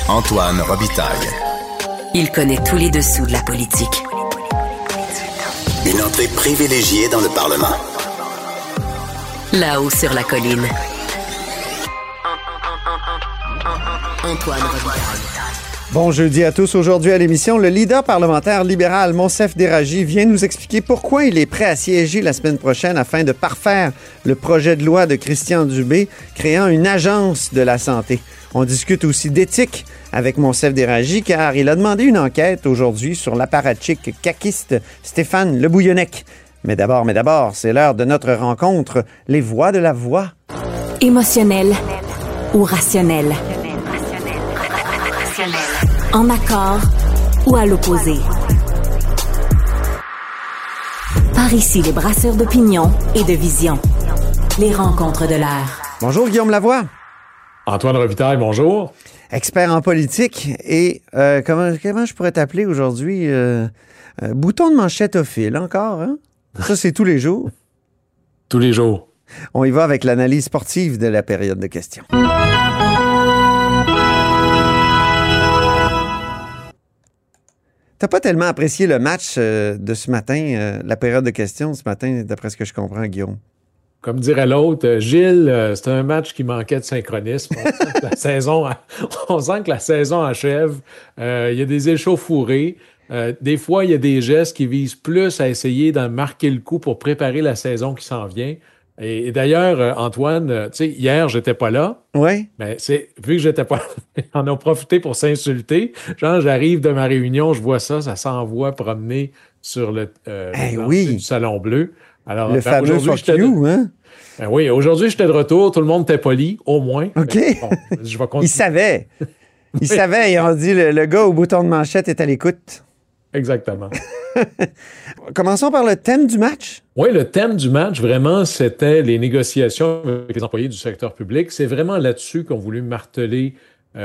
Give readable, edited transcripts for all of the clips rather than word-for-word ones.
Antoine Robitaille. Il connaît tous les dessous de la politique. Une entrée privilégiée dans le Parlement. Là-haut sur la colline. Antoine Robitaille. Bon jeudi à tous. Aujourd'hui à l'émission, le leader parlementaire libéral Monsef Déragi vient nous expliquer pourquoi il est prêt à siéger la semaine prochaine afin de parfaire le projet de loi de Christian Dubé créant une agence de la santé. On discute aussi d'éthique avec Monsef Déragi car il a demandé une enquête aujourd'hui sur l'apparatchik caquiste Stéphane Le Bouillonnec. Mais d'abord, c'est l'heure de notre rencontre, les voix de la voix. Émotionnel ou rationnel? En accord ou à l'opposé? Par ici, les brasseurs d'opinion et de vision. Les rencontres de l'air. Bonjour Guillaume Lavoie. Antoine Robitaille, bonjour. Expert en politique et comment je pourrais t'appeler aujourd'hui? Bouton de manchette au fil, encore, hein? Ça, c'est tous les jours. Tous les jours. On y va avec l'analyse sportive de la période de questions. T'as pas tellement apprécié le match de ce matin, la période de questions ce matin, d'après ce que je comprends, Guillaume. Comme dirait l'autre, Gilles, c'est un match qui manquait de synchronisme. On sent que la saison achève. Il y a des échauffourées. Des fois, il y a des gestes qui visent plus à essayer d'en marquer le coup pour préparer la saison qui s'en vient. Et d'ailleurs, Antoine, tu sais, hier, j'étais pas là. Oui. Mais vu que j'étais pas là, on a profité pour s'insulter. Genre, j'arrive de ma réunion, je vois ça s'envoie promener sur le du Salon Bleu. Alors, le fameux fuck you, hein? Oui, aujourd'hui, j'étais de retour. Tout le monde était poli, au moins. OK. Bon, je vais continuer. Il savait. Il savait. Ils ont dit le gars au bouton de manchette est à l'écoute. Exactement. Commençons par le thème du match. Oui, le thème du match, vraiment, c'était les négociations avec les employés du secteur public. C'est vraiment là-dessus qu'ont voulu marteler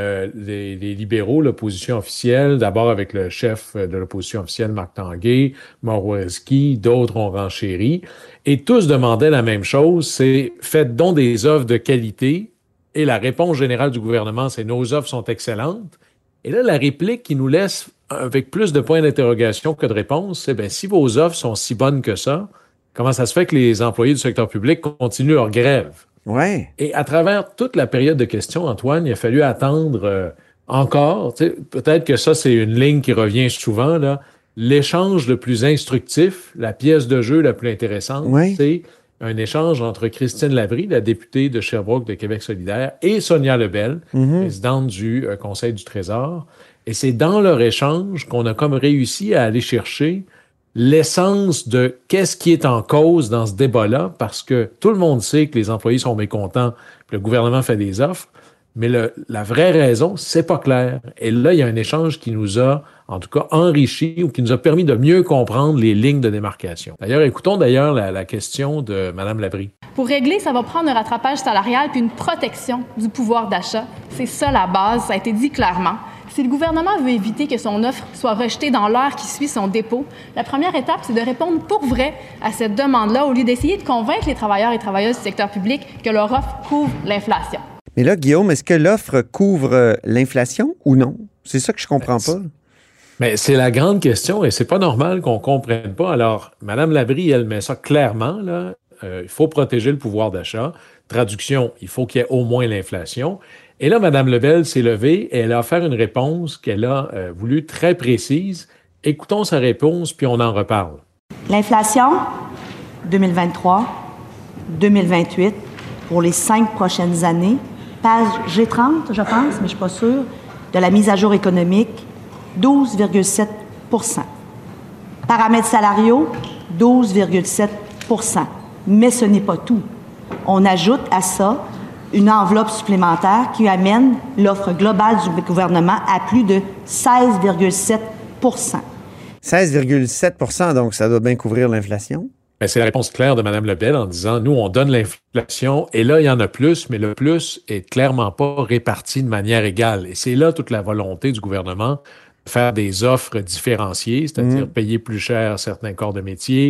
les libéraux, l'opposition officielle, d'abord avec le chef de l'opposition officielle, Marc Tanguay, Morowiecki, d'autres ont renchéri, et tous demandaient la même chose, c'est « faites donc des offres de qualité », et la réponse générale du gouvernement, c'est « nos offres sont excellentes ». Et là, la réplique qui nous laisse avec plus de points d'interrogation que de réponses, c'est « bien, si vos offres sont si bonnes que ça, comment ça se fait que les employés du secteur public continuent leur grève? » Ouais. Et à travers toute la période de questions, Antoine, il a fallu attendre encore, peut-être que ça, c'est une ligne qui revient souvent, là, l'échange le plus instructif, la pièce de jeu la plus intéressante, c'est un échange entre Christine Labrie, la députée de Sherbrooke de Québec solidaire, et Sonia Lebel, présidente du Conseil du Trésor. Et c'est dans leur échange qu'on a comme réussi à aller chercher l'essence de qu'est-ce qui est en cause dans ce débat-là, parce que tout le monde sait que les employés sont mécontents, que le gouvernement fait des offres, mais la vraie raison, c'est pas clair. Et là, il y a un échange qui nous a, en tout cas, enrichi ou qui nous a permis de mieux comprendre les lignes de démarcation. D'ailleurs, écoutons la question de Mme Labrie. Pour régler, ça va prendre un rattrapage salarial puis une protection du pouvoir d'achat. C'est ça la base, ça a été dit clairement. Si le gouvernement veut éviter que son offre soit rejetée dans l'heure qui suit son dépôt, la première étape, c'est de répondre pour vrai à cette demande-là au lieu d'essayer de convaincre les travailleurs et travailleuses du secteur public que leur offre couvre l'inflation. Mais là, Guillaume, est-ce que l'offre couvre l'inflation ou non? C'est ça que je comprends pas. Mais c'est la grande question et c'est pas normal qu'on comprenne pas. Alors, Mme Labrie, elle met ça clairement, là. Il faut protéger le pouvoir d'achat. Traduction, il faut qu'il y ait au moins l'inflation. Et là, Mme Lebel s'est levée et elle a offert une réponse qu'elle a voulu très précise. Écoutons sa réponse, puis on en reparle. L'inflation, 2023, 2028, pour les 5 prochaines années, page G30, je pense, mais je ne suis pas sûre, de la mise à jour économique, 12,7 %. Paramètres salariaux, 12,7 %. Mais ce n'est pas tout. On ajoute à ça une enveloppe supplémentaire qui amène l'offre globale du gouvernement à plus de 16,7 %. 16,7 %, donc ça doit bien couvrir l'inflation? Bien, c'est la réponse claire de Mme Lebel en disant, nous, on donne l'inflation et là, il y en a plus, mais le plus est clairement pas réparti de manière égale. Et c'est là toute la volonté du gouvernement de faire des offres différenciées, c'est-à-dire payer plus cher certains corps de métier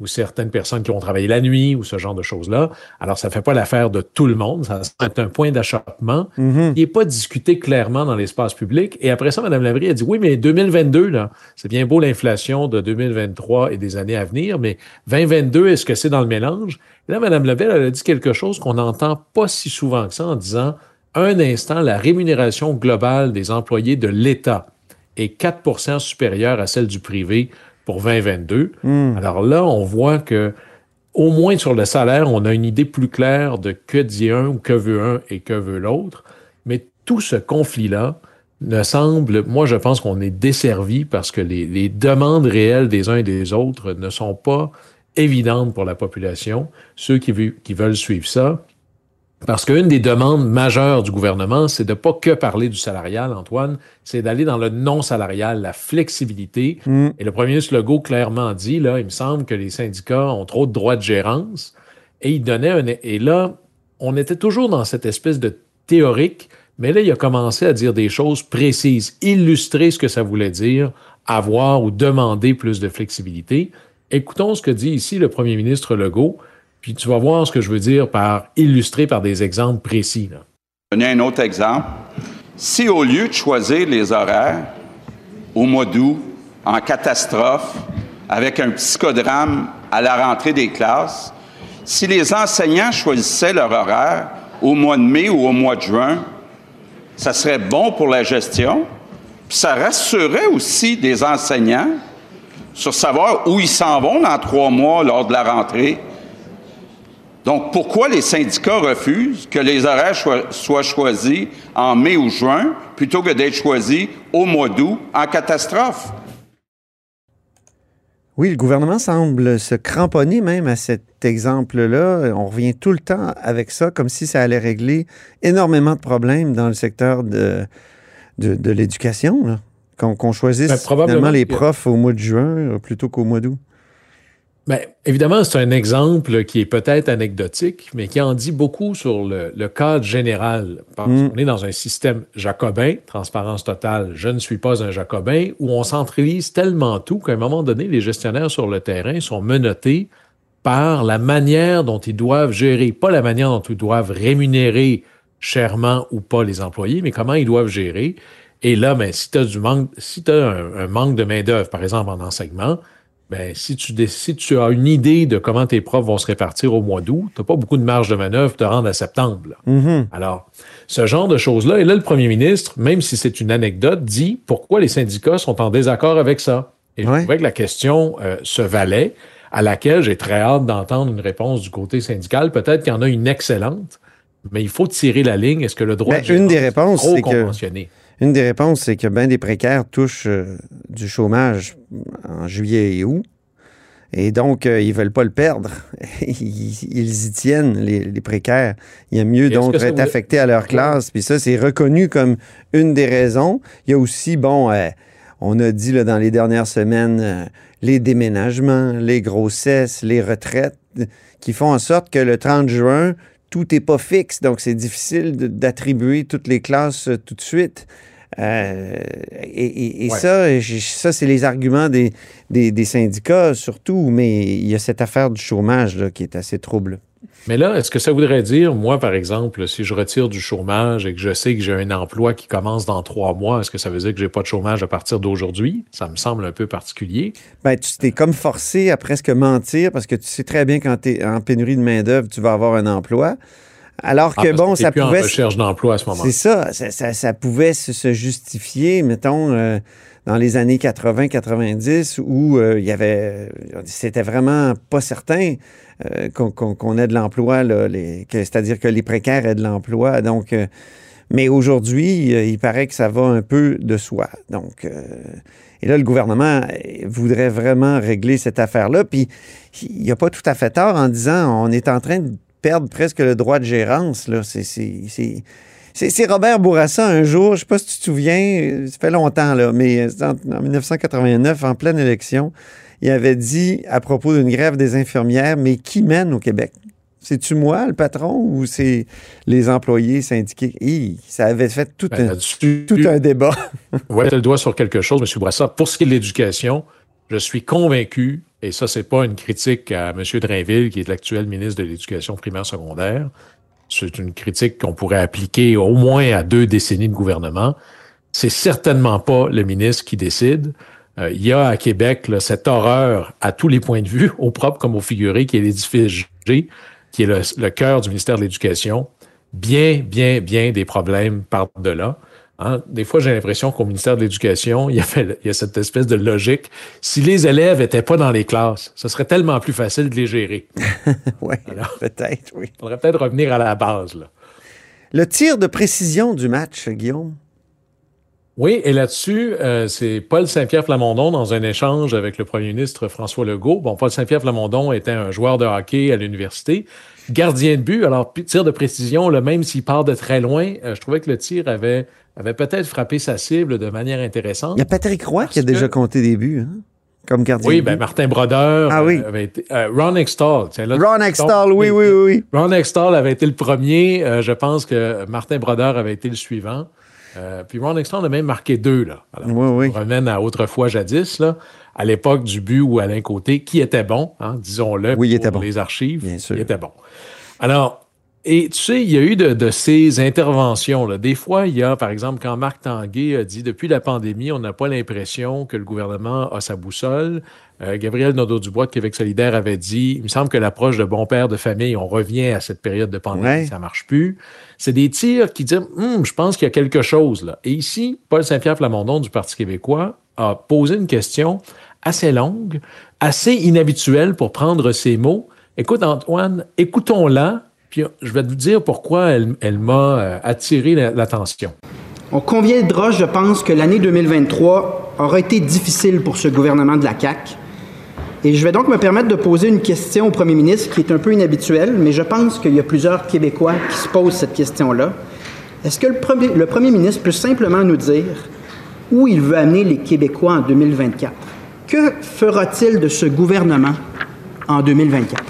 ou certaines personnes qui ont travaillé la nuit ou ce genre de choses-là. Alors, ça ne fait pas l'affaire de tout le monde. Ça c'est un point d'achoppement qui n'est pas discuté clairement dans l'espace public. Et après ça, Mme Labrie a dit, oui, mais 2022, là, c'est bien beau l'inflation de 2023 et des années à venir, mais 2022, est-ce que c'est dans le mélange? Et là, Mme Lebel, elle a dit quelque chose qu'on n'entend pas si souvent que ça en disant, un instant, la rémunération globale des employés de l'État est 4 % supérieure à celle du privé pour 2022. Alors là, on voit que, au moins sur le salaire, on a une idée plus claire de que dit un ou que veut un et que veut l'autre. Mais tout ce conflit-là ne semble, moi je pense qu'on est desservi parce que les demandes réelles des uns et des autres ne sont pas évidentes pour la population, ceux qui veulent suivre ça. Parce qu'une des demandes majeures du gouvernement, c'est de ne pas que parler du salarial, Antoine, c'est d'aller dans le non-salarial, la flexibilité. Et le premier ministre Legault clairement dit, là, il me semble que les syndicats ont trop de droits de gérance. Et il donnait et là, on était toujours dans cette espèce de théorique, mais là, il a commencé à dire des choses précises, illustrer ce que ça voulait dire, avoir ou demander plus de flexibilité. Écoutons ce que dit ici le premier ministre Legault. Puis tu vas voir ce que je veux dire par illustrer par des exemples précis. Là. Donner un autre exemple. Si au lieu de choisir les horaires au mois d'août, en catastrophe, avec un psychodrame à la rentrée des classes, si les enseignants choisissaient leur horaire au mois de mai ou au mois de juin, ça serait bon pour la gestion, puis ça rassurerait aussi des enseignants sur savoir où ils s'en vont dans 3 mois lors de la rentrée. Donc, pourquoi les syndicats refusent que les horaires soient choisis en mai ou juin plutôt que d'être choisis au mois d'août en catastrophe? Oui, le gouvernement semble se cramponner même à cet exemple-là. On revient tout le temps avec ça, comme si ça allait régler énormément de problèmes dans le secteur de l'éducation, là. Qu'on choisisse finalement les profs au mois de juin plutôt qu'au mois d'août. Bien, évidemment, c'est un exemple qui est peut-être anecdotique, mais qui en dit beaucoup sur le cadre général. Parce qu'on est dans un système jacobin, transparence totale, je ne suis pas un jacobin, où on centralise tellement tout qu'à un moment donné, les gestionnaires sur le terrain sont menottés par la manière dont ils doivent gérer, pas la manière dont ils doivent rémunérer chèrement ou pas les employés, mais comment ils doivent gérer. Et là, ben, si tu as un manque de main-d'œuvre, par exemple en enseignement, ben, si tu as une idée de comment tes profs vont se répartir au mois d'août, tu n'as pas beaucoup de marge de manœuvre pour te rendre à septembre. Alors, ce genre de choses-là, et là, le premier ministre, même si c'est une anecdote, dit pourquoi les syndicats sont en désaccord avec ça. Et je trouvais que la question se valait, à laquelle j'ai très hâte d'entendre une réponse du côté syndical. Peut-être qu'il y en a une excellente, mais il faut tirer la ligne. Est-ce que le droit une des réponses, trop conventionné? Une des réponses, c'est que bien des précaires touchent du chômage en juillet et août. Et donc, ils ne veulent pas le perdre. Ils y tiennent, les précaires. Il y a mieux donc être affectés à leur classe. Puis ça, c'est reconnu comme une des raisons. Il y a aussi, on a dit là, dans les dernières semaines, les déménagements, les grossesses, les retraites, qui font en sorte que le 30 juin, tout n'est pas fixe. Donc, c'est difficile d'attribuer toutes les classes tout de suite. Ça, c'est les arguments des syndicats surtout, mais il y a cette affaire du chômage là, qui est assez trouble. Mais là, est-ce que ça voudrait dire, moi, par exemple, si je retire du chômage et que je sais que j'ai un emploi qui commence dans 3 mois, est-ce que ça veut dire que j'ai pas de chômage à partir d'aujourd'hui? Ça me semble un peu particulier. Ben, tu t'es comme forcé à presque mentir parce que tu sais très bien quand tu es en pénurie de main-d'œuvre, tu vas avoir un emploi. Alors que ça plus pouvait. En recherche d'emploi à ce moment-là. C'est ça pouvait se justifier, mettons, dans les années 80-90, où c'était vraiment pas certain qu'on ait de l'emploi, là, c'est-à-dire que les précaires aient de l'emploi. Donc, mais aujourd'hui, il paraît que ça va un peu de soi. Donc, et là, le gouvernement voudrait vraiment régler cette affaire-là. Puis, il n'a pas tout à fait tort en disant on est en train de perdre presque le droit de gérance. Là. C'est Robert Bourassa, un jour, je ne sais pas si tu te souviens, ça fait longtemps, là, mais en 1989, en pleine élection, il avait dit à propos d'une grève des infirmières, mais qui mène au Québec? C'est-tu moi, le patron, ou c'est les employés syndiqués? Ça avait fait tout un débat. Oui, tu as le doigt sur quelque chose, M. Bourassa. Pour ce qui est de l'éducation, je suis convaincu, et ça, c'est pas une critique à M. Drainville, qui est l'actuel ministre de l'Éducation primaire secondaire, c'est une critique qu'on pourrait appliquer au moins à 2 décennies de gouvernement. C'est certainement pas le ministre qui décide. Il y a à Québec là, cette horreur à tous les points de vue, au propre comme au figuré, qui est l'édifice G, qui est le cœur du ministère de l'Éducation. Bien des problèmes par-delà. Hein? Des fois, j'ai l'impression qu'au ministère de l'Éducation, il y a cette espèce de logique. Si les élèves n'étaient pas dans les classes, ce serait tellement plus facile de les gérer. Oui, peut-être, oui. Il faudrait peut-être revenir à la base. Là. Le tir de précision du match, Guillaume. Oui, et là-dessus, c'est Paul Saint-Pierre Plamondon dans un échange avec le premier ministre François Legault. Bon, Paul Saint-Pierre Plamondon était un joueur de hockey à l'université, gardien de but. Alors, tir de précision, là, même s'il part de très loin, je trouvais que le tir avait peut-être frappé sa cible de manière intéressante. Il y a Patrick Roy qui a déjà compté des buts, hein, comme gardien de but. Oui, Martin Brodeur avait été... Ron Extall. Ron Extall, oui. Ron Extall avait été le premier. Je pense que Martin Brodeur avait été le suivant. Puis Ron Extall a même marqué 2. Là. Alors, on remène à autrefois jadis, là, à l'époque du but où Alain Côté, qui était bon, hein, disons-le, oui, pour les archives, il était bon. Alors, et tu sais, il y a eu de ces interventions. Là. Des fois, il y a, par exemple, quand Marc Tanguay a dit « Depuis la pandémie, on n'a pas l'impression que le gouvernement a sa boussole ». Gabriel Nadeau-Dubois de Québec solidaire avait dit « Il me semble que l'approche de bon père de famille, on revient à cette période de pandémie, ça ne marche plus ». C'est des tirs qui disent « je pense qu'il y a quelque chose là ». Et ici, Paul Saint-Pierre Plamondon du Parti québécois a posé une question assez longue, assez inhabituelle pour prendre ses mots. Écoute, Antoine, écoutons-la, puis je vais te dire pourquoi elle m'a attiré l'attention. On conviendra, je pense, que l'année 2023 aura été difficile pour ce gouvernement de la CAQ. Et je vais donc me permettre de poser une question au premier ministre qui est un peu inhabituelle, mais je pense qu'il y a plusieurs Québécois qui se posent cette question-là. Est-ce que le premier ministre peut simplement nous dire où il veut amener les Québécois en 2024? Que fera-t-il de ce gouvernement en 2024?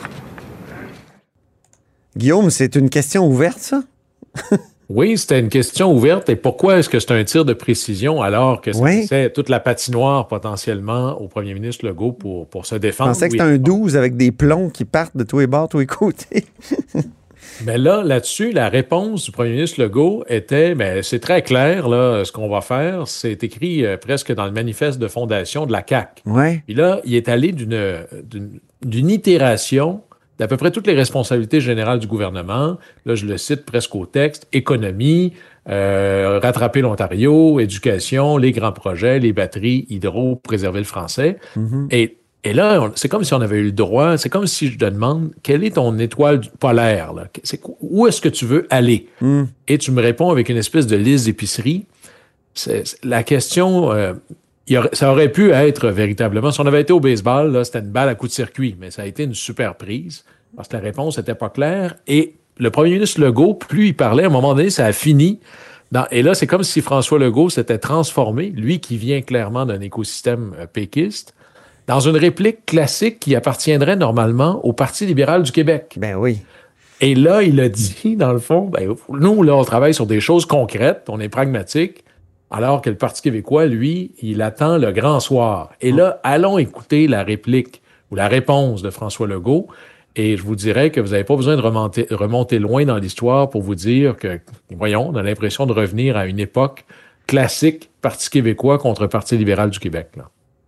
Guillaume, c'est une question ouverte, ça? Oui, c'était une question ouverte. Et pourquoi est-ce que c'est un tir de précision alors que c'est toute la patinoire potentiellement au premier ministre Legault pour se défendre? Je pensais que c'était un 12 avec des plombs qui partent de tous les bords, tous les côtés. Mais là-dessus, la réponse du premier ministre Legault était, c'est très clair, là, ce qu'on va faire. C'est écrit presque dans le manifeste de fondation de la CAQ. Ouais. Puis là, il est allé d'une itération d'à peu près toutes les responsabilités générales du gouvernement. Là, je le cite presque au texte. Économie, rattraper l'Ontario, éducation, les grands projets, les batteries, hydro, préserver le français. Mm-hmm. Et là, c'est comme si on avait eu le droit, c'est comme si je te demande, quelle est ton étoile polaire? Là? Où est-ce que tu veux aller? Mm. Et tu me réponds avec une espèce de liste d'épicerie. La question... ça aurait pu être véritablement... Si on avait été au baseball, là, c'était une balle à coup de circuit, mais ça a été une super prise parce que la réponse n'était pas claire. Et le premier ministre Legault, plus il parlait, à un moment donné, ça a fini. Et là, c'est comme si François Legault s'était transformé, lui qui vient clairement d'un écosystème péquiste, dans une réplique classique qui appartiendrait normalement au Parti libéral du Québec. Ben oui. Et là, il a dit, dans le fond, nous, là, on travaille sur des choses concrètes, on est pragmatique. Alors que le Parti québécois, lui, il attend le grand soir. Et là, allons écouter la réplique ou la réponse de François Legault. Et je vous dirais que vous n'avez pas besoin de remonter loin dans l'histoire pour vous dire que, voyons, on a l'impression de revenir à une époque classique Parti québécois contre Parti libéral du Québec. Là.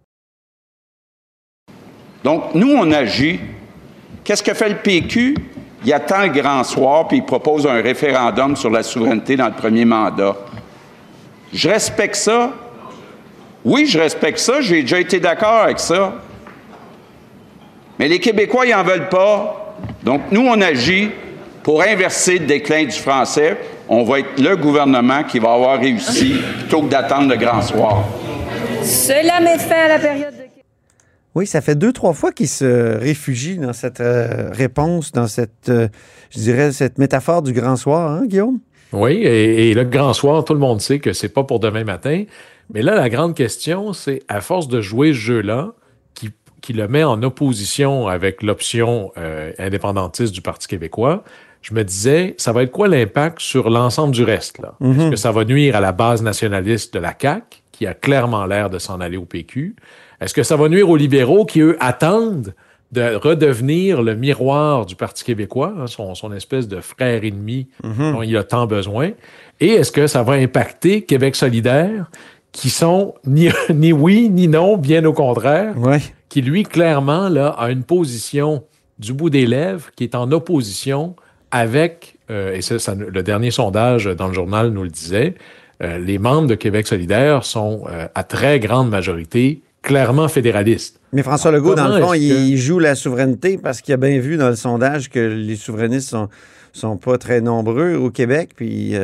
Donc, nous, on agit. Qu'est-ce que fait le PQ? Il attend le grand soir puis il propose un référendum sur la souveraineté dans le premier mandat. Je respecte ça. Oui, je respecte ça. J'ai déjà été d'accord avec ça. Mais les Québécois, ils n'en veulent pas. Donc, nous, on agit pour inverser le déclin du français. On va être le gouvernement qui va avoir réussi plutôt que d'attendre le grand soir. Cela met fin à la période de... Oui, ça fait 2-3 fois qu'il se réfugie dans cette réponse, dans cette, je dirais, cette métaphore du grand soir, hein, Guillaume? Oui, et le grand soir, tout le monde sait que c'est pas pour demain matin. Mais là, la grande question, c'est à force de jouer ce jeu-là, qui le met en opposition avec l'option indépendantiste du Parti québécois, je me disais, ça va être quoi l'impact sur l'ensemble du reste? Là? Mm-hmm. Est-ce que ça va nuire à la base nationaliste de la CAQ, qui a clairement l'air de s'en aller au PQ? Est-ce que ça va nuire aux libéraux qui, eux, attendent de redevenir le miroir du Parti québécois, hein, son espèce de frère ennemi dont il a tant besoin? Et est-ce que ça va impacter Québec solidaire, qui sont ni oui ni non, bien au contraire, qui, lui, clairement, là, a une position du bout des lèvres, qui est en opposition avec, et le dernier sondage dans le journal nous le disait, les membres de Québec solidaire sont à très grande majorité clairement fédéralistes. Mais François Legault, dans le fond, il joue la souveraineté parce qu'il a bien vu dans le sondage que les souverainistes sont pas très nombreux au Québec. Puis,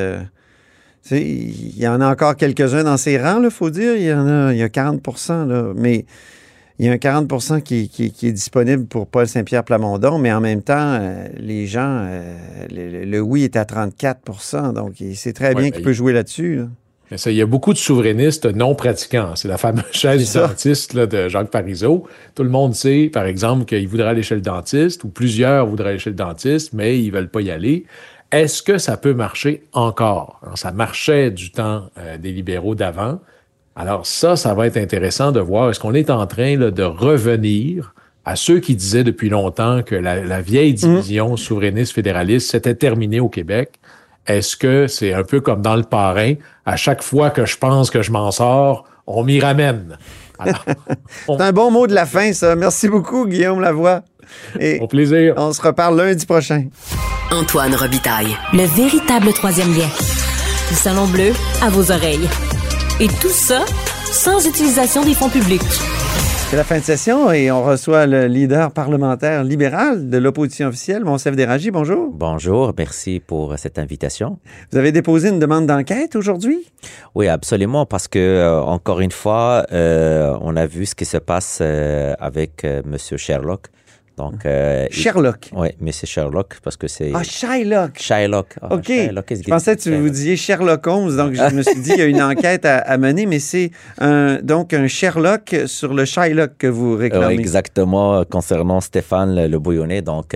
il y en a encore quelques-uns dans ses rangs, il faut dire. Il y a 40 %, là, mais il y a un 40 % qui est disponible pour Paul Saint-Pierre Plamondon, mais en même temps, les gens, le oui est à 34 %, donc il sait très bien qu'il peut jouer là-dessus. Là. Mais ça, il y a beaucoup de souverainistes non pratiquants. C'est la fameuse chaise du dentiste là, de Jacques Parizeau. Tout le monde sait, par exemple, qu'il voudrait aller chez le dentiste, ou plusieurs voudraient aller chez le dentiste, mais ils ne veulent pas y aller. Est-ce que ça peut marcher encore? Alors, ça marchait du temps des libéraux d'avant. Alors ça va être intéressant de voir. Est-ce qu'on est en train là, de revenir à ceux qui disaient depuis longtemps que la vieille division souverainiste-fédéraliste s'était terminée au Québec? Est-ce que c'est un peu comme dans Le Parrain? À chaque fois que je pense que je m'en sors, on m'y ramène. Alors, c'est un bon mot de la fin, ça. Merci beaucoup, Guillaume Lavoie. Et au plaisir. On se reparle lundi prochain. Antoine Robitaille. Le véritable troisième lien. Le Salon Bleu à vos oreilles. Et tout ça sans utilisation des fonds publics. C'est la fin de session et on reçoit le leader parlementaire libéral de l'opposition officielle, Monsef Déragi. Bonjour. Bonjour, merci pour cette invitation. Vous avez déposé une demande d'enquête aujourd'hui? Oui, absolument, parce que, encore une fois, on a vu ce qui se passe avec M. Sherlock. Donc, Sherlock? Oui, mais c'est Sherlock parce que c'est... Ah, Shylock. Shylock. OK. Shylock, je pensais que vous disiez Sherlock Holmes, donc je me suis dit il y a une enquête à mener, mais c'est donc un Sherlock sur le Shylock que vous réclamez. Exactement, concernant Stéphane Le Bouillonnet. Donc,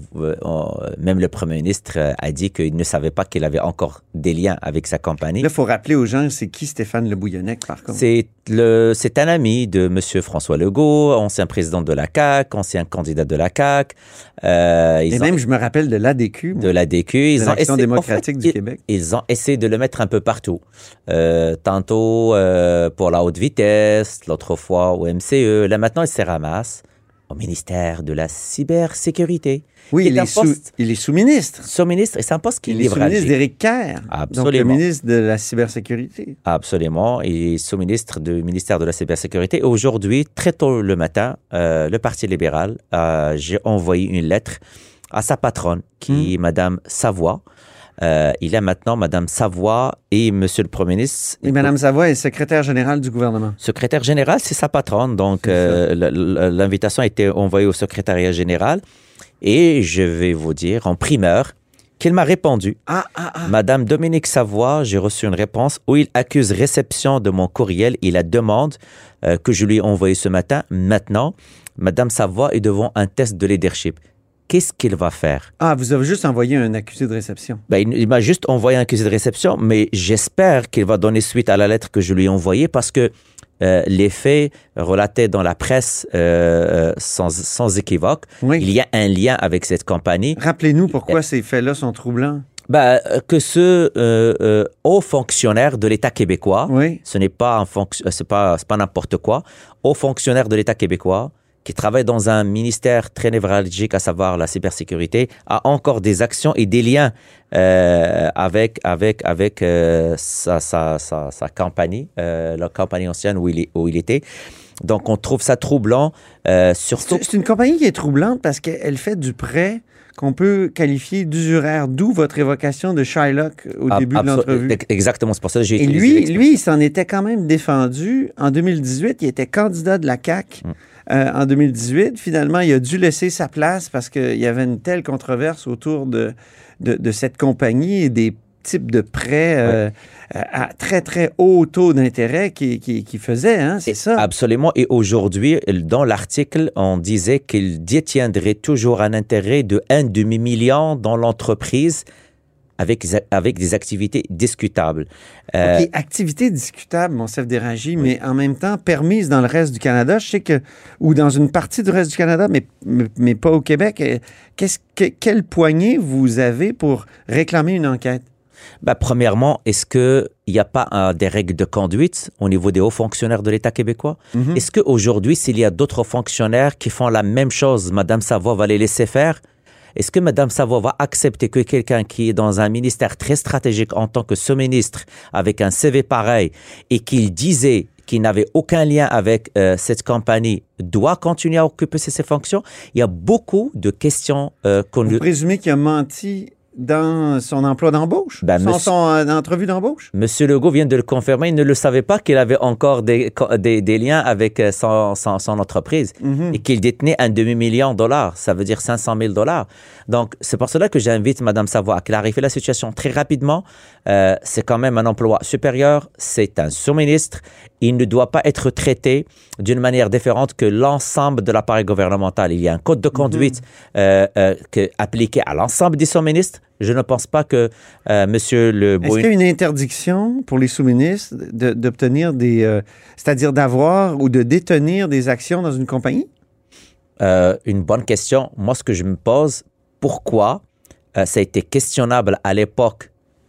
même le premier ministre a dit qu'il ne savait pas qu'il avait encore des liens avec sa compagnie. Là, il faut rappeler aux gens, c'est qui Stéphane Le Bouillonnet, par contre? C'est un ami de M. François Legault, ancien président de la CAQ, ancien candidat de la CAQ. Et même, je me rappelle de l'ADQ. De l'ADQ. De l'Action démocratique du Québec. Ils ont essayé de le mettre un peu partout. Tantôt pour la haute vitesse, l'autre fois au MCE. Là, maintenant, il se ramasse au ministère de la cybersécurité. Oui, il est sous-ministre. Sous-ministre, et c'est un poste qui est libre. Il est sous-ministre d'Éric Kerr. Absolument. Donc, le ministre de la cybersécurité. Absolument. Il est sous-ministre du ministère de la cybersécurité. Aujourd'hui, très tôt le matin, le Parti libéral, j'ai envoyé une lettre à sa patronne, qui est Mme Savoie. Il a maintenant Mme Savoie et M. le Premier ministre. Et Mme Savoie est secrétaire générale du gouvernement. Secrétaire générale, c'est sa patronne. Donc, l'invitation a été envoyée au secrétariat général. Et je vais vous dire en primeur qu'il m'a répondu. Madame Dominique Savoie, j'ai reçu une réponse où il accuse réception de mon courriel et la demande que je lui ai envoyée ce matin. Maintenant, Madame Savoie est devant un test de leadership. Qu'est-ce qu'il va faire? Vous avez juste envoyé un accusé de réception. Il m'a juste envoyé un accusé de réception, mais j'espère qu'il va donner suite à la lettre que je lui ai envoyée parce que les faits relatés dans la presse sans équivoque, il y a un lien avec cette compagnie. Rappelez-nous pourquoi ces faits-là sont troublants. Que ce haut fonctionnaire de l'État québécois, ce n'est pas c'est pas n'importe quoi, haut fonctionnaire de l'État québécois, qui travaille dans un ministère très névralgique, à savoir la cybersécurité, a encore des actions et des liens avec sa compagnie, la compagnie ancienne où il était. Donc, on trouve ça troublant. Surtout... C'est une compagnie qui est troublante parce qu'elle fait du prêt qu'on peut qualifier d'usuraire, d'où votre évocation de Shylock au début de l'entrevue. Exactement, c'est pour ça que j'ai utilisé lui, il s'en était quand même défendu. En 2018, il était candidat de la CAQ. En 2018, finalement, il a dû laisser sa place parce qu'il y avait une telle controverse autour de cette compagnie et des types de prêts à très, très haut taux d'intérêt qu'il faisait, hein, c'est ça? Absolument. Et aujourd'hui, dans l'article, on disait qu'il détiendrait toujours un intérêt de 1,5 million dans l'entreprise avec des activités discutables. OK, activités discutables, Monsef Déragi, mais en même temps permises dans le reste du Canada. Je sais que, ou dans une partie du reste du Canada, mais pas au Québec. Quelle poignée vous avez pour réclamer une enquête? Premièrement, est-ce qu'il n'y a pas des règles de conduite au niveau des hauts fonctionnaires de l'État québécois? Mm-hmm. Est-ce qu'aujourd'hui, s'il y a d'autres fonctionnaires qui font la même chose, Mme Savoie va les laisser faire? Est-ce que Mme Savoie va accepter que quelqu'un qui est dans un ministère très stratégique en tant que sous-ministre, avec un CV pareil, et qu'il disait qu'il n'avait aucun lien avec cette compagnie, doit continuer à occuper ces fonctions? Il y a beaucoup de questions Vous présumez qu'il a menti dans son emploi d'embauche? Son entrevue d'embauche? Monsieur Legault vient de le confirmer. Il ne le savait pas qu'il avait encore des liens avec son entreprise et qu'il détenait un $500,000. Ça veut dire 500 000 $. Donc, c'est pour cela que j'invite Mme Savoie à clarifier la situation très rapidement. C'est quand même un emploi supérieur. C'est un sous-ministre. Il ne doit pas être traité d'une manière différente que l'ensemble de l'appareil gouvernemental. Il y a un code de conduite appliqué à l'ensemble des sous-ministres. Je ne pense pas que M. Legault... Est-ce qu'il y a une interdiction pour les sous-ministres d'obtenir c'est-à-dire d'avoir ou de détenir des actions dans une compagnie? Une bonne question. Moi, ce que je me pose, pourquoi ça a été questionnable à l'époque,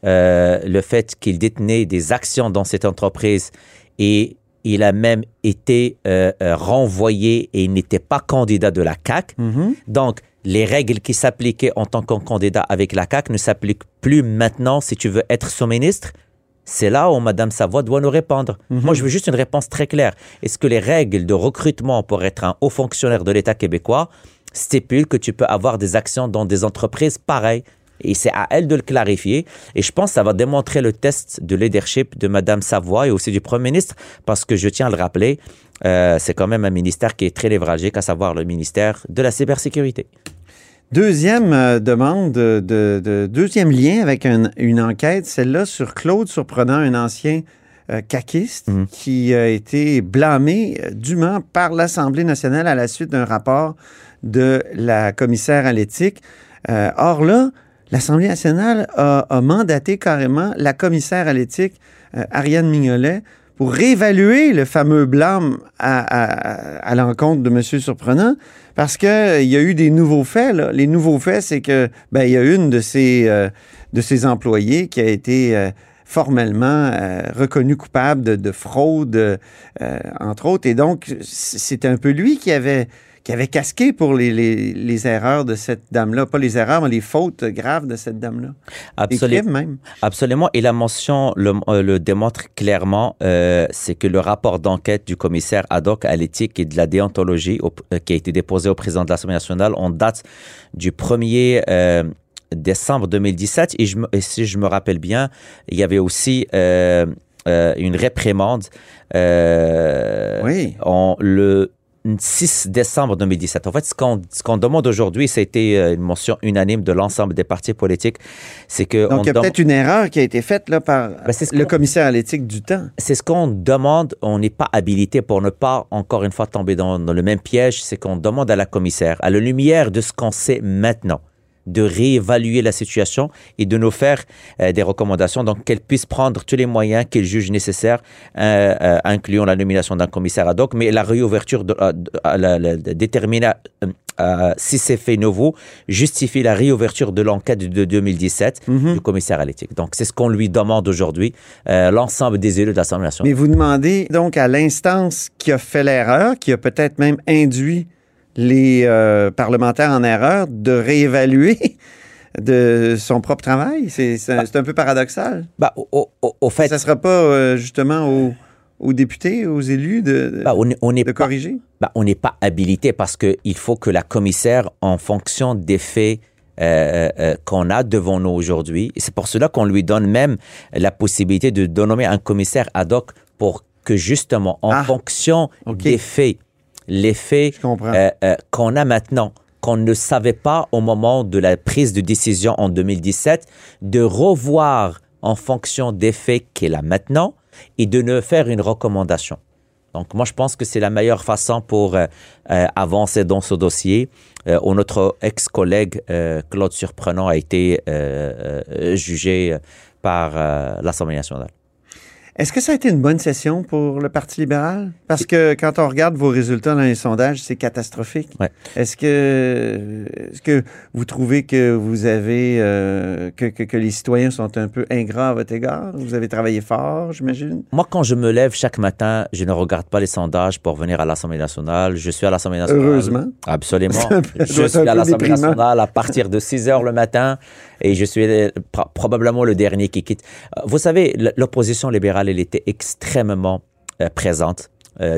le fait qu'il détenait des actions dans cette entreprise et il a même été renvoyé et il n'était pas candidat de la CAQ. Mm-hmm. Donc, les règles qui s'appliquaient en tant que candidat avec la CAQ ne s'appliquent plus maintenant si tu veux être sous-ministre. C'est là où Mme Savoie doit nous répondre. Mm-hmm. Moi, je veux juste une réponse très claire. Est-ce que les règles de recrutement pour être un haut fonctionnaire de l'État québécois stipulent que tu peux avoir des actions dans des entreprises pareilles? Et c'est à elle de le clarifier. Et je pense que ça va démontrer le test de leadership de Mme Savoie et aussi du Premier ministre, parce que je tiens à le rappeler, c'est quand même un ministère qui est très névralgique, à savoir le ministère de la cybersécurité. Deuxième demande, deuxième lien avec une enquête, celle-là sur Claude Surprenant, un ancien caquiste qui a été blâmé dûment par l'Assemblée nationale à la suite d'un rapport de la commissaire à l'éthique. Or là, l'Assemblée nationale a mandaté carrément la commissaire à l'éthique, Ariane Mignolet, pour réévaluer le fameux blâme à l'encontre de M. Surprenant, parce qu'il y a eu des nouveaux faits. Là. Les nouveaux faits, c'est que il y a une de ses employés qui a été formellement reconnue coupable de fraude, entre autres. Et donc, c'était un peu lui qui avait casqué pour les erreurs de cette dame-là. Pas les erreurs, mais les fautes graves de cette dame-là. Absolument. Même. Absolument. Et la mention le démontre clairement, c'est que le rapport d'enquête du commissaire ad hoc à l'éthique et de la déontologie qui a été déposé au président de l'Assemblée nationale en date du 1er décembre 2017. Et si je me rappelle bien, il y avait aussi une réprimande le 6 décembre 2017. En fait, ce qu'on demande aujourd'hui, c'était une motion unanime de l'ensemble des partis politiques, c'est que... Donc, il y a peut-être une erreur qui a été faite là, par le commissaire à l'éthique du temps. C'est ce qu'on demande. On n'est pas habilité pour ne pas, encore une fois, tomber dans le même piège. C'est qu'on demande à la commissaire, à la lumière de ce qu'on sait maintenant, de réévaluer la situation et de nous faire des recommandations, donc qu'elle puisse prendre tous les moyens qu'elle juge nécessaires, incluant la nomination d'un commissaire ad hoc, mais la réouverture, déterminer si ces faits nouveaux justifient la réouverture de l'enquête de 2017 du commissaire à l'éthique. Donc, c'est ce qu'on lui demande aujourd'hui, l'ensemble des élus de l'Assemblée nationale. Mais vous demandez donc à l'instance qui a fait l'erreur, qui a peut-être même induit les parlementaires en erreur, de réévaluer de son propre travail. C'est un peu paradoxal. Au fait... Ça ne sera pas justement aux députés, aux élus de corriger? On n'est pas habilité parce qu'il faut que la commissaire, en fonction des faits qu'on a devant nous aujourd'hui, et c'est pour cela qu'on lui donne même la possibilité de nommer un commissaire ad hoc pour que justement, en fonction des faits, les faits qu'on a maintenant, qu'on ne savait pas au moment de la prise de décision en 2017, de revoir en fonction des faits qu'elle a maintenant et de ne faire une recommandation. Donc, moi, je pense que c'est la meilleure façon pour avancer dans ce dossier. Notre ex-collègue Claude Surprenant a été jugé par l'Assemblée nationale. Est-ce que ça a été une bonne session pour le Parti libéral? Parce que quand on regarde vos résultats dans les sondages, c'est catastrophique. Ouais. Est-ce que vous trouvez que vous avez que les citoyens sont un peu ingrats à votre égard? Vous avez travaillé fort, j'imagine? Moi, quand je me lève chaque matin, je ne regarde pas les sondages pour venir à l'Assemblée nationale. Je suis à l'Assemblée nationale. Heureusement. Absolument. Je suis à l'Assemblée nationale à partir de 6 heures le matin et je suis probablement le dernier qui quitte. Vous savez, l'opposition libérale, elle était extrêmement présente.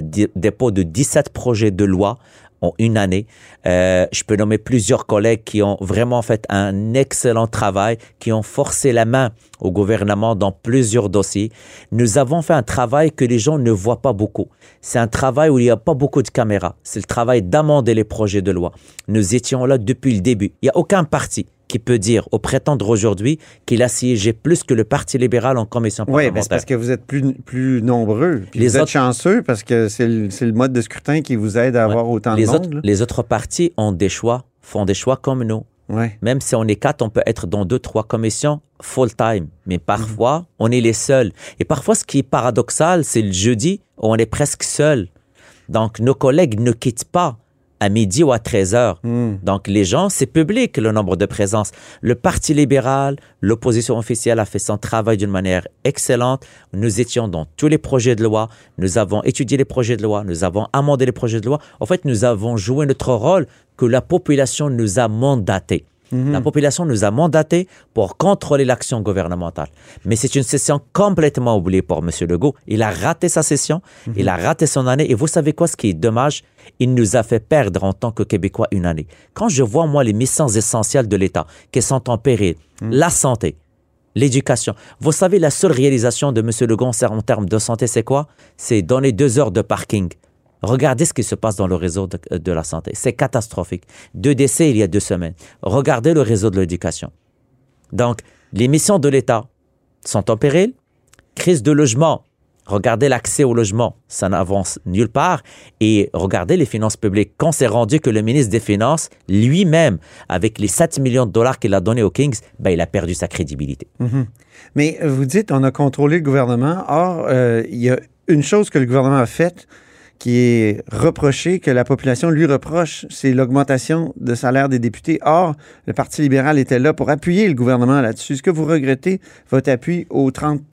Dépôt de 17 projets de loi en une année. Je peux nommer plusieurs collègues qui ont vraiment fait un excellent travail, qui ont forcé la main au gouvernement dans plusieurs dossiers. Nous avons fait un travail que les gens ne voient pas beaucoup. C'est un travail où il n'y a pas beaucoup de caméras. C'est le travail d'amender les projets de loi. Nous étions là depuis le début. Il n'y a aucun parti qui peut dire ou prétendre aujourd'hui qu'il a siégé plus que le Parti libéral en commission parlementaire. Oui, c'est parce que vous êtes plus nombreux. Puis vous êtes chanceux parce que c'est le mode de scrutin qui vous aide à avoir autant de monde. Les autres partis ont des choix, font des choix comme nous. Ouais. Même si on est 4, on peut être dans 2, 3 commissions full-time. Mais parfois, on est les seuls. Et parfois, ce qui est paradoxal, c'est le jeudi où on est presque seul. Donc, nos collègues ne quittent pas à midi ou à 13 heures. Donc, les gens, c'est public, le nombre de présences. Le Parti libéral, l'opposition officielle a fait son travail d'une manière excellente. Nous étions dans tous les projets de loi. Nous avons étudié les projets de loi. Nous avons amendé les projets de loi. En fait, nous avons joué notre rôle que la population nous a mandaté. La population nous a mandatés pour contrôler l'action gouvernementale. Mais c'est une session complètement oubliée pour M. Legault. Il a raté sa session, il a raté son année. Et vous savez quoi, ce qui est dommage? Il nous a fait perdre en tant que Québécois une année. Quand je vois, moi, les missions essentielles de l'État qui sont en péril, la santé, l'éducation. Vous savez, la seule réalisation de M. Legault en termes de santé, c'est quoi? C'est donner 2 heures de parking. Regardez ce qui se passe dans le réseau de la santé. C'est catastrophique. 2 décès il y a 2 semaines. Regardez le réseau de l'éducation. Donc, les missions de l'État sont en péril. Crise de logement. Regardez l'accès au logement. Ça n'avance nulle part. Et regardez les finances publiques. Quand c'est rendu que le ministre des Finances, lui-même, avec les 7 millions de dollars qu'il a donnés aux Kings, il a perdu sa crédibilité. Mais vous dites, on a contrôlé le gouvernement. Or, il y a une chose que le gouvernement a faite qui est reproché, que la population lui reproche, c'est l'augmentation de salaire des députés. Or, le Parti libéral était là pour appuyer le gouvernement là-dessus. Est-ce que vous regrettez votre appui aux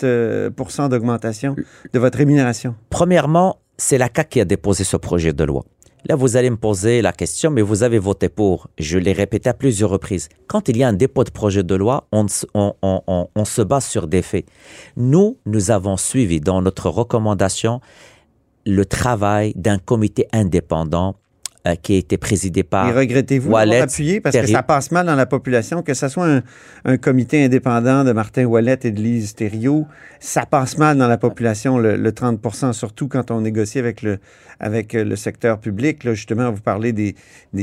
30% d'augmentation de votre rémunération? Premièrement, c'est la CAQ qui a déposé ce projet de loi. Là, vous allez me poser la question, mais vous avez voté pour. Je l'ai répété à plusieurs reprises. Quand il y a un dépôt de projet de loi, on se base sur des faits. Nous avons suivi dans notre recommandation le travail d'un comité indépendant qui a été présidé par Et regrettez-vous d'avoir appuyé parce que ça passe mal dans la population, que ce soit un comité indépendant de Martin Ouellette et de Lise Thériault, ça passe mal dans la population, le 30%, surtout quand on négocie avec le secteur public. Là, justement, vous parlez des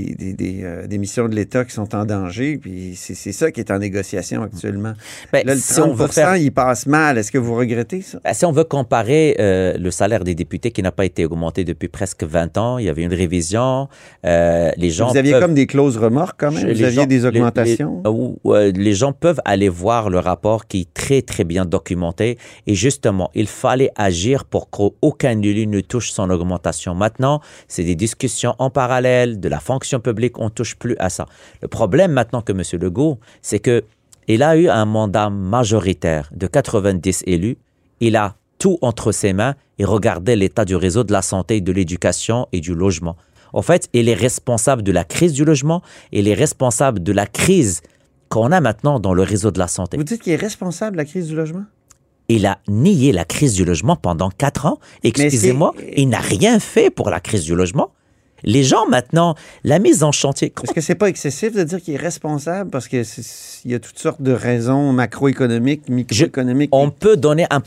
missions de l'État qui sont en danger, puis c'est ça qui est en négociation actuellement. Là, le 30%, il passe mal. Est-ce que vous regrettez ça? Si on veut comparer le salaire des députés qui n'a pas été augmenté depuis presque 20 ans, il y avait une révision. Les gens vous aviez comme des clauses remorques quand même? Vous aviez des augmentations? Les gens peuvent aller voir le rapport qui est très, très bien documenté. Et justement, il fallait agir pour qu'aucun élu ne touche son augmentation. Maintenant, c'est des discussions en parallèle de la fonction publique. On ne touche plus à ça. Le problème maintenant que M. Legault, c'est qu'il a eu un mandat majoritaire de 90 élus. Il a tout entre ses mains et regardez l'état du réseau de la santé, de l'éducation et du logement. En fait, il est responsable de la crise du logement, il est responsable de la crise qu'on a maintenant dans le réseau de la santé. Vous dites qu'il est responsable de la crise du logement? Il a nié la crise du logement pendant 4 ans. Excusez-moi, il n'a rien fait pour la crise du logement. Les gens, maintenant, la mise en chantier... Est-ce que c'est pas excessif de dire qu'il est responsable? Parce qu'il y a toutes sortes de raisons macroéconomiques, microéconomiques... On peut donner un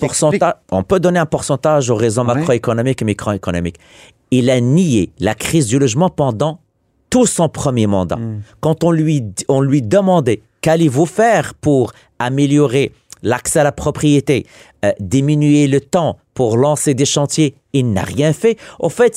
pourcentage aux raisons macroéconomiques et microéconomiques. Il a nié la crise du logement pendant tout son premier mandat. Quand on lui demandait qu'allez-vous faire pour améliorer l'accès à la propriété, diminuer le temps pour lancer des chantiers. Il n'a rien fait. En fait,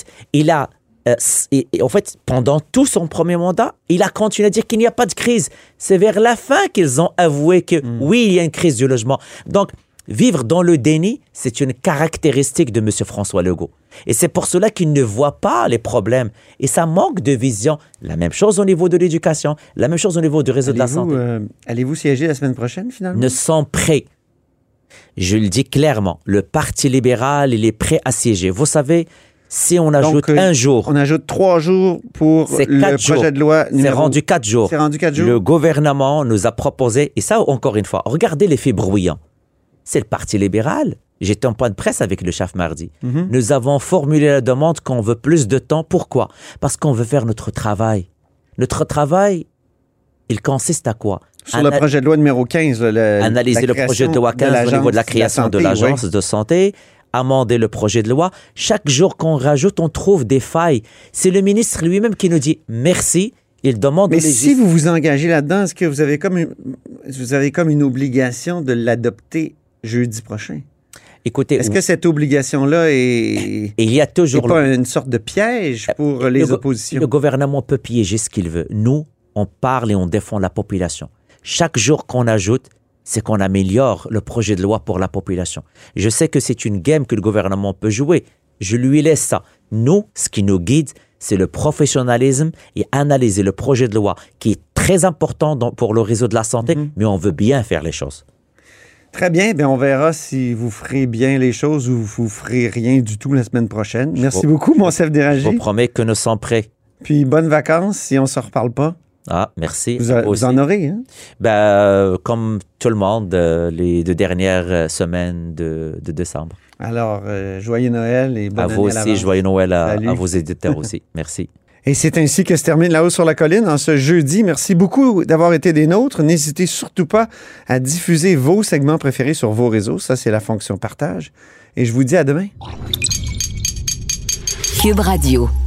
pendant tout son premier mandat, il a continué à dire qu'il n'y a pas de crise. C'est vers la fin qu'ils ont avoué que oui, il y a une crise du logement. Donc, vivre dans le déni, c'est une caractéristique de M. François Legault. Et c'est pour cela qu'il ne voit pas les problèmes. Et ça manque de vision. La même chose au niveau de l'éducation, la même chose au niveau du réseau de la santé. Allez-vous siéger la semaine prochaine, finalement? Ne sont prêts. Je le dis clairement, le Parti libéral, il est prêt à siéger. Vous savez, si on ajoute un jour... On ajoute 3 jours pour le projet de loi numéro... C'est rendu 4 jours. C'est rendu 4 jours. Le gouvernement nous a proposé, et ça, encore une fois, regardez l'effet bruyant. C'est le Parti libéral. J'étais en point de presse avec le chef mardi. Nous avons formulé la demande qu'on veut plus de temps. Pourquoi? Parce qu'on veut faire notre travail. Notre travail, il consiste à quoi? Sur le projet de loi numéro 15. Analyser le projet de loi 15 au niveau de la création de l'agence de santé, amender le projet de loi. Chaque jour qu'on rajoute, on trouve des failles. C'est le ministre lui-même qui nous dit merci. Il demande... Mais si vous vous engagez là-dedans, est-ce que vous avez comme une obligation de l'adopter jeudi prochain? Écoutez, est-ce que cette obligation-là est pas une sorte de piège pour les oppositions? Le gouvernement peut piéger ce qu'il veut. Nous, on parle et on défend la population. Chaque jour qu'on ajoute, c'est qu'on améliore le projet de loi pour la population. Je sais que c'est une game que le gouvernement peut jouer. Je lui laisse ça. Nous, ce qui nous guide, c'est le professionnalisme et analyser le projet de loi qui est très important pour le réseau de la santé, mais on veut bien faire les choses. Très bien. Bien, on verra si vous ferez bien les choses ou vous ferez rien du tout la semaine prochaine. Merci beaucoup, Monsef Déragi. Je vous promets que nous sommes prêts. Puis, bonnes vacances si on ne se reparle pas. Ah, merci. Vous en aurez, hein? Comme tout le monde, les 2 dernières semaines de décembre. Alors, joyeux Noël et bonne année à vous l'avance. aussi, joyeux Noël à vos éditeurs aussi. Merci. Et c'est ainsi que se termine La Haut sur la Colline en ce jeudi. Merci beaucoup d'avoir été des nôtres. N'hésitez surtout pas à diffuser vos segments préférés sur vos réseaux. Ça, c'est la fonction partage. Et je vous dis à demain. Cube Radio.